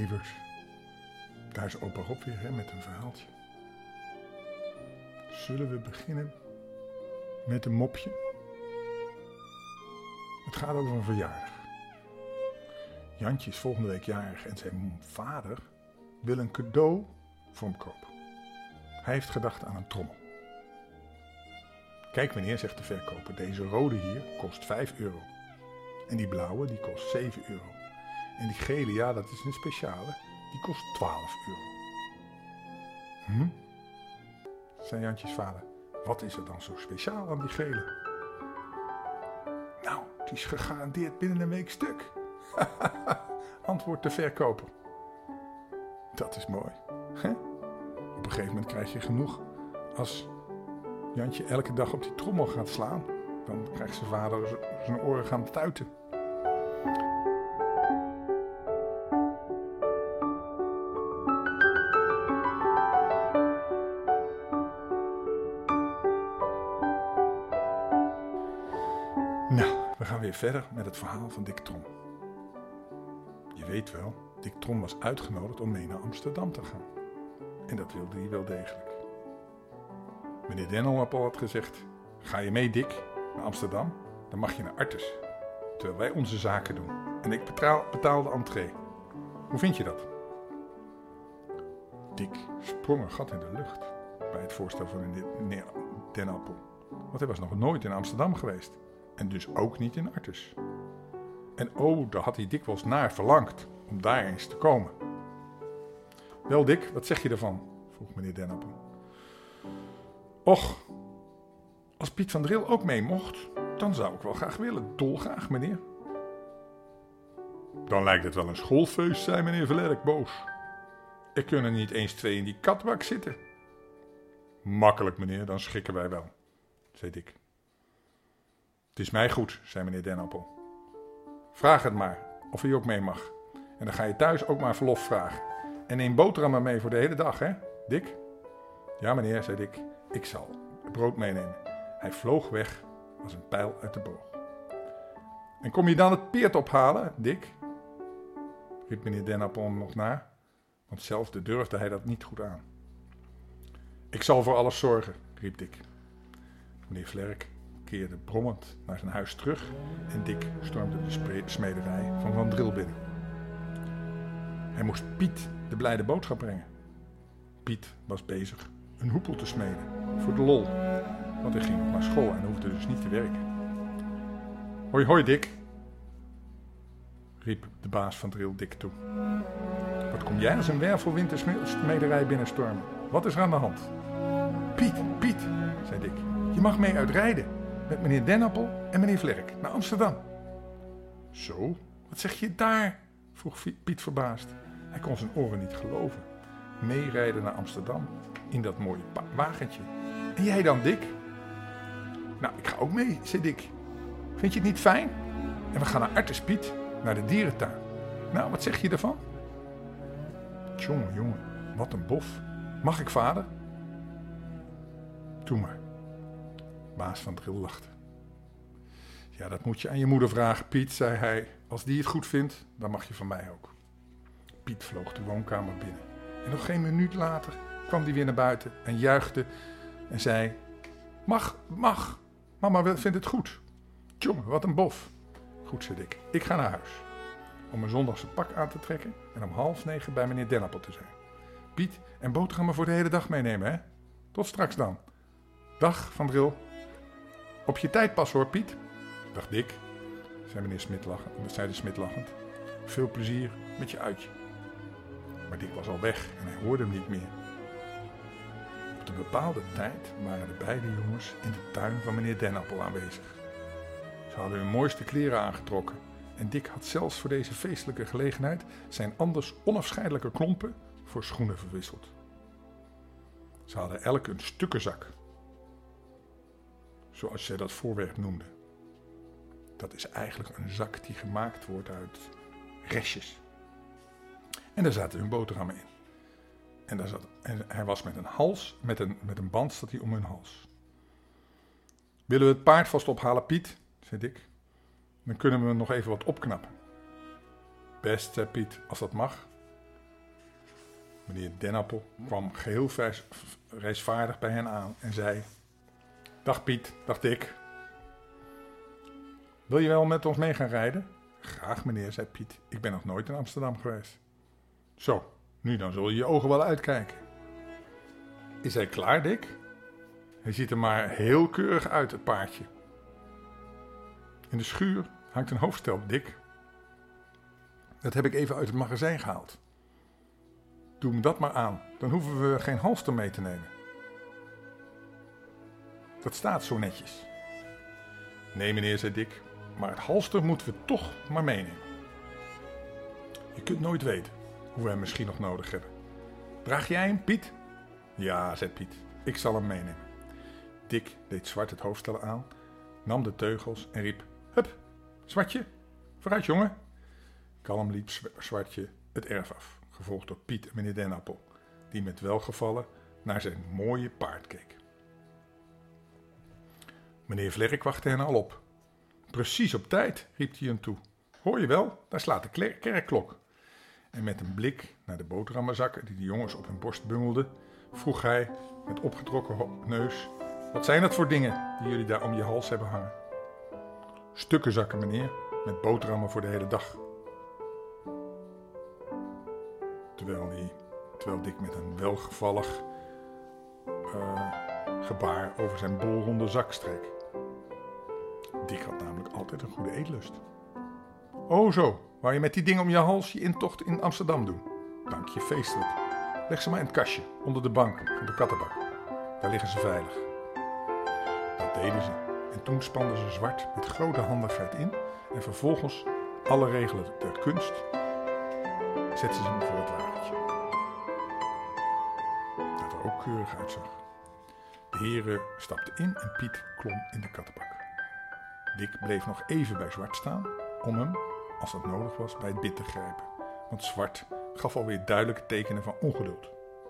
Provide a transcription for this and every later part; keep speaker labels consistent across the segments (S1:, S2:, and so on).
S1: lieverd. Daar is opa Rob weer met een verhaaltje. Zullen we beginnen met een mopje? Het gaat over een verjaardag. Jantje is volgende week jarig en zijn vader wil een cadeau voor hem kopen. Hij heeft gedacht aan een trommel. Kijk meneer, zegt de verkoper, deze rode hier kost 5 euro. En die blauwe, die kost 7 euro. En die gele, ja, dat is een speciale, die kost 12 euro. Zei Jantjes vader, wat is er dan zo speciaal aan die gele? Nou, die is gegarandeerd binnen een week stuk. Antwoordt de verkoper. Dat is mooi. Hè? Op een gegeven moment krijg je genoeg als Jantje elke dag op die trommel gaat slaan. Dan krijgt zijn vader zijn oren gaan tuiten. Nou, we gaan weer verder met het verhaal van Dick Trom. Je weet wel, Dick Trom was uitgenodigd om mee naar Amsterdam te gaan. En dat wilde hij wel degelijk. Meneer Dennenappel had gezegd, ga je mee Dick naar Amsterdam, dan mag je naar Artes. Terwijl wij onze zaken doen. En ik betaal de entree. Hoe vind je dat? Dick sprong een gat in de lucht bij het voorstel van meneer Dennenappel. Want hij was nog nooit in Amsterdam geweest. En dus ook niet in Artes. En daar had hij dikwijls naar verlangd om daar eens te komen. Wel Dick, wat zeg je ervan? Vroeg meneer Dennenappel. Och, als Piet van Dril ook mee mocht, dan zou ik wel graag willen. Dolgraag, meneer. Dan lijkt het wel een schoolfeest, zei meneer Verlerk boos. Er kunnen niet eens 2 in die katbak zitten. Makkelijk, meneer, dan schikken wij wel, zei Dick. Het is mij goed, zei meneer Dennenappel. Vraag het maar, of hij ook mee mag. En dan ga je thuis ook maar verlof vragen. En neem boterhammen mee voor de hele dag, hè, Dick? Ja, meneer, zei Dick. Ik zal het brood meenemen. Hij vloog weg als een pijl uit de boog. En kom je dan het peert ophalen, Dick? Riep meneer Dennenappel hem nog na, want zelf durfde hij dat niet goed aan. Ik zal voor alles zorgen, riep Dick. Meneer Vlerk keerde brommend naar zijn huis terug en Dick stormde de smederij van Van Dril binnen. Hij moest Piet de blijde boodschap brengen. Piet was bezig een hoepel te smeden, voor de lol, want hij ging nog naar school en hoefde dus niet te werken. Hoi hoi Dick, riep de baas van Dril Dick toe. Wat kom jij als een wervelwintersmederij binnenstormen? Wat is er aan de hand? Piet, zei Dick, je mag mee uitrijden met meneer Dennenappel en meneer Vlerk naar Amsterdam. Zo, wat zeg je daar? Vroeg Piet verbaasd. Hij kon zijn oren niet geloven. Meerijden naar Amsterdam in dat mooie wagentje. En jij dan, Dick? Nou, ik ga ook mee, zei Dick. Vind je het niet fijn? En we gaan naar Artes, Piet, naar de dierentuin. Nou, wat zeg je ervan? Jongen, wat een bof. Mag ik, vader? Doe maar. Baas van Dril lachte. Ja, dat moet je aan je moeder vragen, Piet, zei hij. Als die het goed vindt, dan mag je van mij ook. Piet vloog de woonkamer binnen. En nog geen minuut later kwam hij weer naar buiten en juichte en zei... Mag. Mama vindt het goed. Jongen, wat een bof. Goed, zei Dick. Ik ga naar huis. Om een zondagse pak aan te trekken en om 8:30 bij meneer Dennenappel te zijn. Piet, en boterhammen voor de hele dag meenemen, hè? Tot straks dan. Dag, Van Dril. Op je tijd pas hoor, Piet. Dag Dick, zei de Smit lachend. Veel plezier met je uitje. Maar Dick was al weg en hij hoorde hem niet meer. Op een bepaalde tijd waren de beide jongens in de tuin van meneer Dennenappel aanwezig. Ze hadden hun mooiste kleren aangetrokken en Dick had zelfs voor deze feestelijke gelegenheid zijn anders onafscheidelijke klompen voor schoenen verwisseld. Ze hadden elk een stukkenzak, zoals zij dat voorwerp noemden. Dat is eigenlijk een zak die gemaakt wordt uit restjes. En daar zaten hun boterhammen in. En hij was met een hals, met een band zat hij om hun hals. Willen we het paard vast ophalen, Piet? Zei Dick. Dan kunnen we nog even wat opknappen. Best, zei Piet, als dat mag. Meneer Dennappel kwam geheel reisvaardig bij hen aan en zei: Dag Piet, dag Dick. Wil je wel met ons mee gaan rijden? Graag meneer, zei Piet. Ik ben nog nooit in Amsterdam geweest. Zo, nu dan zul je je ogen wel uitkijken. Is hij klaar, Dick? Hij ziet er maar heel keurig uit, het paardje. In de schuur hangt een hoofdstel, Dick. Dat heb ik even uit het magazijn gehaald. Doe hem dat maar aan, dan hoeven we geen halster mee te nemen. Dat staat zo netjes. Nee meneer, zei Dick, maar het halster moeten we toch maar meenemen. Je kunt nooit weten hoe we hem misschien nog nodig hebben. Draag jij hem, Piet? Ja, zei Piet, ik zal hem meenemen. Dick deed Zwart het hoofdstel aan, nam de teugels en riep: Hup, Zwartje, vooruit jongen. Kalm liep Zwartje het erf af, gevolgd door Piet en meneer Dennappel, die met welgevallen naar zijn mooie paard keek. Meneer Vlerk wachtte hen al op. Precies op tijd, riep hij hem toe. Hoor je wel, daar slaat de kerkklok. En met een blik naar de boterhammenzakken die de jongens op hun borst bungelden, vroeg hij met opgetrokken neus: Wat zijn dat voor dingen die jullie daar om je hals hebben hangen? Stukkenzakken, meneer, met boterhammen voor de hele dag. Terwijl Dick met een welgevallig gebaar over zijn bolronde zak streek. Dick had namelijk altijd een goede eetlust. O zo, wou je met die dingen om je hals je intocht in Amsterdam doen? Dank je feestelijk. Leg ze maar in het kastje, onder de bank van de kattenbak. Daar liggen ze veilig. Dat deden ze. En toen spanden ze Zwart met grote handigheid in. En vervolgens, alle regelen der kunst, zetten ze hem voor het wagentje. Dat er ook keurig uitzag. De heren stapten in en Piet klom in de kattenbak. Dick bleef nog even bij Zwart staan om hem, als dat nodig was, bij het bit te grijpen. Want Zwart gaf alweer duidelijke tekenen van ongeduld.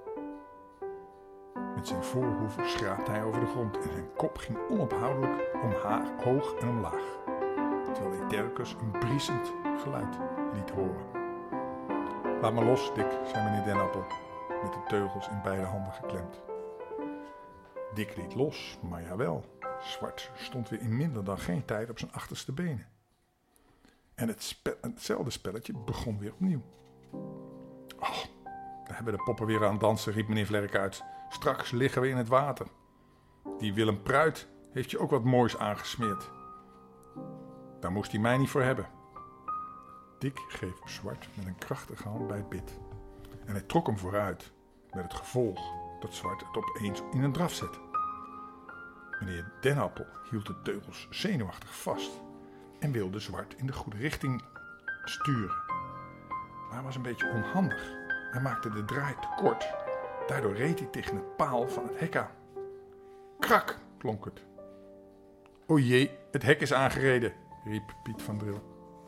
S1: Met zijn voorhoeven schraapte hij over de grond en zijn kop ging onophoudelijk omhoog en omlaag. Terwijl hij telkens een briesend geluid liet horen. Laat maar los, Dick, zei meneer Dennappel, met de teugels in beide handen geklemd. Dick liet los, maar jawel, Zwart stond weer in minder dan geen tijd op zijn achterste benen. En hetzelfde spelletje begon weer opnieuw. Oh, daar hebben de poppen weer aan het dansen, riep meneer Vlerk uit. Straks liggen we in het water. Die Willem Pruit heeft je ook wat moois aangesmeerd. Daar moest hij mij niet voor hebben. Dick greep Zwart met een krachtige hand bij het bit. En hij trok hem vooruit, met het gevolg dat Zwart het opeens in een draf zette. Meneer Dennappel hield de teugels zenuwachtig vast en wilde Zwart in de goede richting sturen. Maar hij was een beetje onhandig. Hij maakte de draai te kort. Daardoor reed hij tegen het paal van het hek aan. Krak, klonk het. O jee, het hek is aangereden, riep Piet van Dril.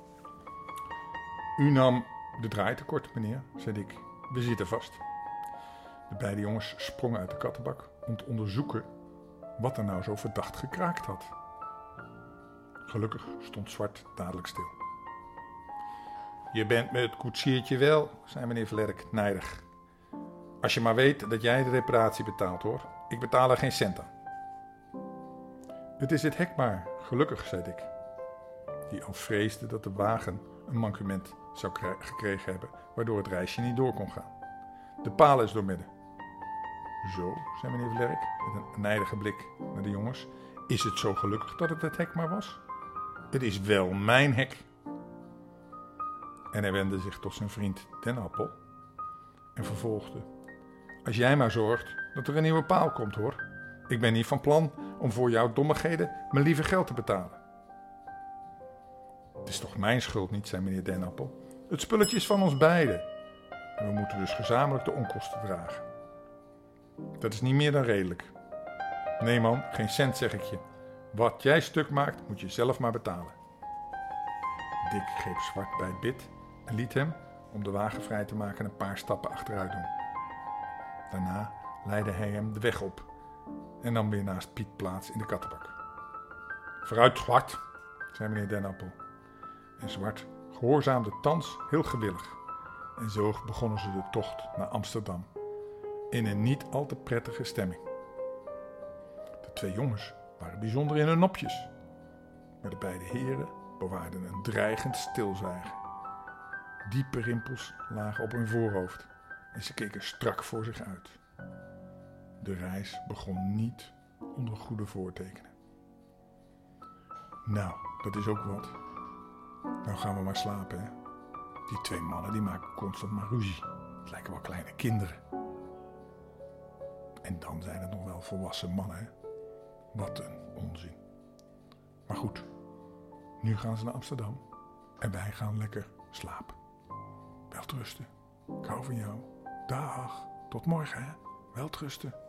S1: U nam de draai te kort, meneer, zei Dick. We zitten vast. De beide jongens sprongen uit de kattenbak om te onderzoeken wat er nou zo verdacht gekraakt had. Gelukkig stond Zwart dadelijk stil. Je bent me het koetsiertje wel, zei meneer Vlerk nijdig. Als je maar weet dat jij de reparatie betaalt, hoor. Ik betaal er geen cent aan. Het is het hek maar, gelukkig, zei Dick. Die al vreesde dat de wagen een mankement zou gekregen hebben, waardoor het reisje niet door kon gaan. De paal is doormidden. Zo, zei meneer Vlerk, met een nijdige blik naar de jongens. Is het zo gelukkig dat het hek maar was? Het is wel mijn hek. En hij wendde zich tot zijn vriend Dennappel en vervolgde. Als jij maar zorgt dat er een nieuwe paal komt, hoor. Ik ben niet van plan om voor jouw dommigheden mijn lieve geld te betalen. Het is toch mijn schuld niet, zei meneer Dennappel. Het spulletje is van ons beiden. En we moeten dus gezamenlijk de onkosten dragen. Dat is niet meer dan redelijk. Nee man, geen cent zeg ik je. Wat jij stuk maakt, moet je zelf maar betalen. Dick greep Zwart bij het bit en liet hem, om de wagen vrij te maken, een paar stappen achteruit doen. Daarna leidde hij hem de weg op en nam weer naast Piet plaats in de kattenbak. Vooruit, Zwart, zei meneer Dennappel. En Zwart gehoorzaamde thans heel gewillig. En zo begonnen ze de tocht naar Amsterdam. In een niet al te prettige stemming. De 2 jongens waren bijzonder in hun nopjes. Maar de beide heren bewaarden een dreigend stilzwijgen. Diepe rimpels lagen op hun voorhoofd en ze keken strak voor zich uit. De reis begon niet onder goede voortekenen. Nou, dat is ook wat. Nou gaan we maar slapen, hè. Die 2 mannen die maken constant maar ruzie. Het lijken wel kleine kinderen. En dan zijn het nog wel volwassen mannen, hè. Wat een onzin. Maar goed, nu gaan ze naar Amsterdam en wij gaan lekker slapen. Welterusten. Ik hou van jou. Dag. Tot morgen, hè. Welterusten.